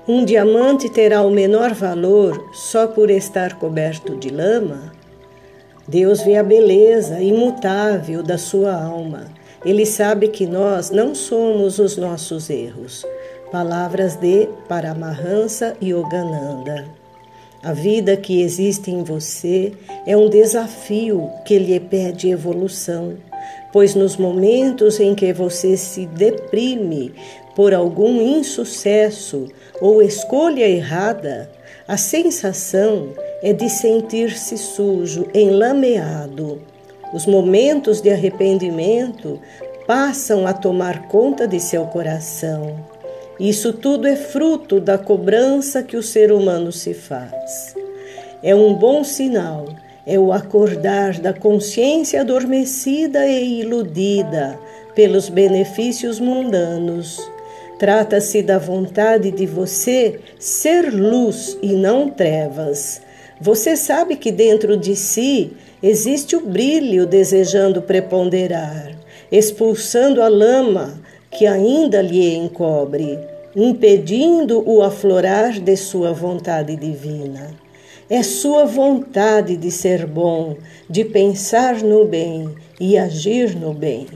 Um diamante terá o menor valor só por estar coberto de lama? Deus vê a beleza imutável da sua alma. Ele sabe que nós não somos os nossos erros. Palavras de Paramahansa Yogananda. A vida que existe em você é um desafio que lhe pede evolução, pois nos momentos em que você se deprime por algum insucesso ou escolha errada, a sensação é de sentir-se sujo, enlameado. Os momentos de arrependimento passam a tomar conta de seu coração. Isso tudo é fruto da cobrança que o ser humano se faz. É um bom sinal, é o acordar da consciência adormecida e iludida pelos benefícios mundanos. Trata-se da vontade de você ser luz e não trevas. Você sabe que dentro de si existe o brilho desejando preponderar, expulsando a lama que ainda lhe encobre, impedindo o aflorar de sua vontade divina. É sua vontade de ser bom, de pensar no bem e agir no bem.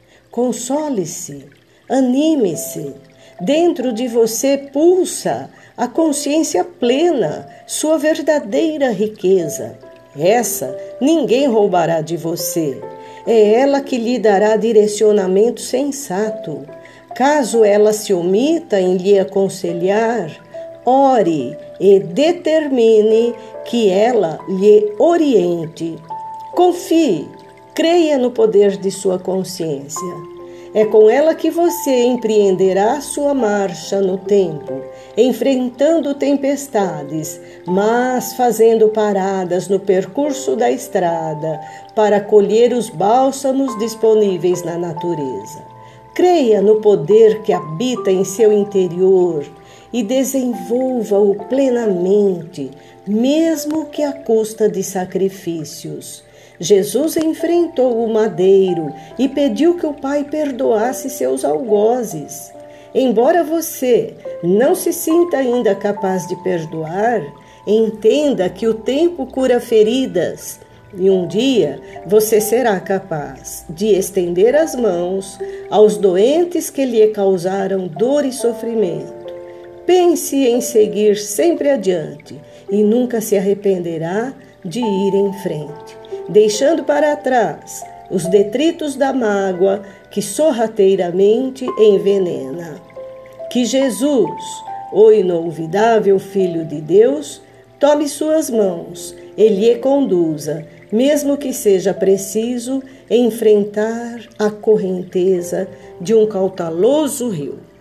Console-se, anime-se. Dentro de você pulsa a consciência plena, sua verdadeira riqueza. Essa ninguém roubará de você. É ela que lhe dará direcionamento sensato. Caso ela se omita em lhe aconselhar, ore e determine que ela lhe oriente. Confie, creia no poder de sua consciência. É com ela que você empreenderá sua marcha no tempo, enfrentando tempestades, mas fazendo paradas no percurso da estrada para colher os bálsamos disponíveis na natureza. Creia no poder que habita em seu interior e desenvolva-o plenamente, mesmo que à custa de sacrifícios. Jesus enfrentou o madeiro e pediu que o Pai perdoasse seus algozes. Embora você não se sinta ainda capaz de perdoar, entenda que o tempo cura feridas e um dia você será capaz de estender as mãos aos doentes que lhe causaram dor e sofrimento. Pense em seguir sempre adiante e nunca se arrependerá de ir em frente, deixando para trás os detritos da mágoa que sorrateiramente envenena. Que Jesus, o inolvidável Filho de Deus, tome suas mãos e lhe conduza, mesmo que seja preciso enfrentar a correnteza de um caudaloso rio.